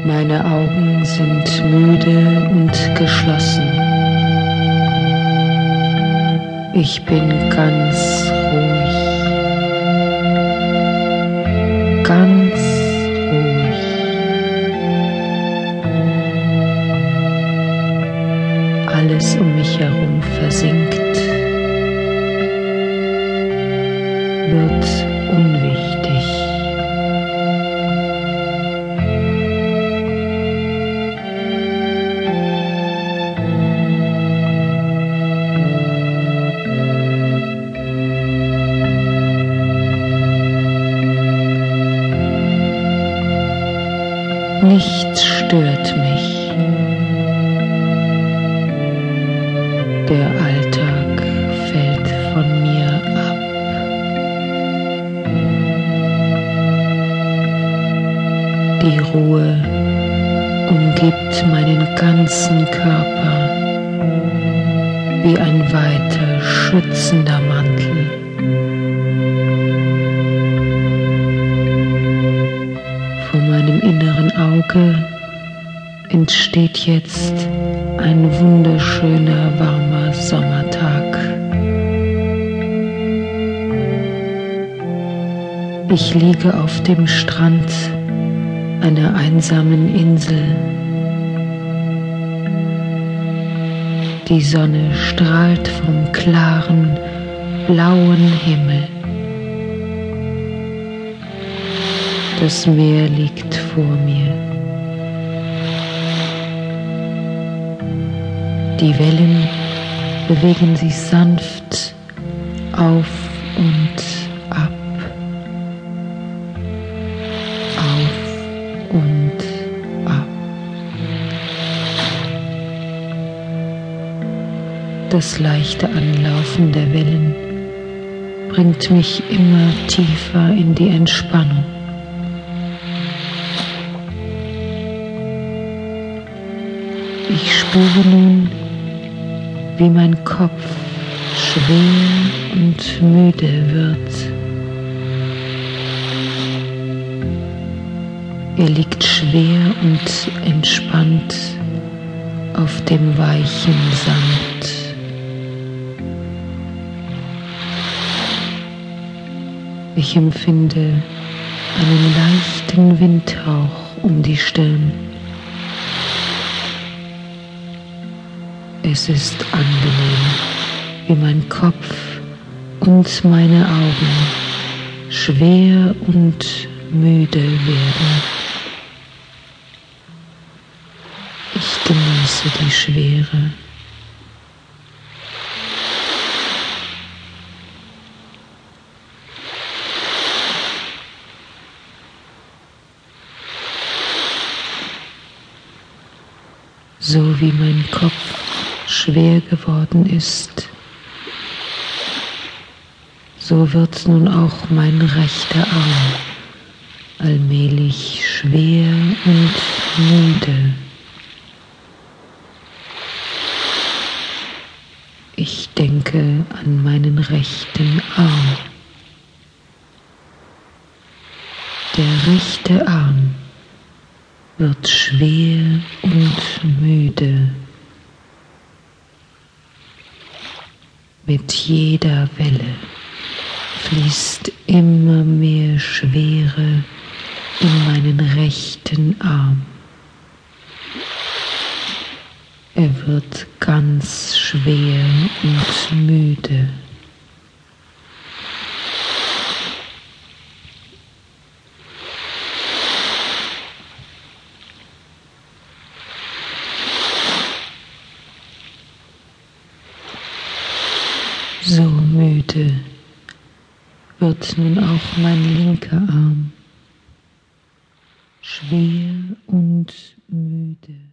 Meine Augen sind müde und geschlossen. Ich bin ganz ruhig, ganz ruhig. Alles um mich herum versinkt, wird unwichtig. Nichts stört mich. Der Alltag fällt von mir ab. Die Ruhe umgibt meinen ganzen Körper wie ein weiter schützender Mantel. Vor meinem inneren Auge entsteht jetzt ein wunderschöner, warmer Sommertag. Ich liege auf dem Strand einer einsamen Insel. Die Sonne strahlt vom klaren, blauen Himmel. Das Meer liegt vor mir. Die Wellen bewegen sich sanft auf und ab, auf und ab. Das leichte Anlaufen der Wellen bringt mich immer tiefer in die Entspannung. Ich spüre nun, wie mein Kopf schwer und müde wird. Er liegt schwer und entspannt auf dem weichen Sand. Ich empfinde einen leichten Windhauch um die Stirn. Es ist angenehm, wie mein Kopf und meine Augen schwer und müde werden. Ich genieße die Schwere. So wie mein Kopf schwer geworden ist, so wird nun auch mein rechter Arm allmählich schwer und müde. Ich denke an meinen rechten Arm. Der rechte Arm wird schwer und müde. Mit jeder Welle fließt immer mehr Schwere in meinen rechten Arm. Er wird ganz schwer und müde. So müde wird nun auch mein linker Arm, schwer und müde.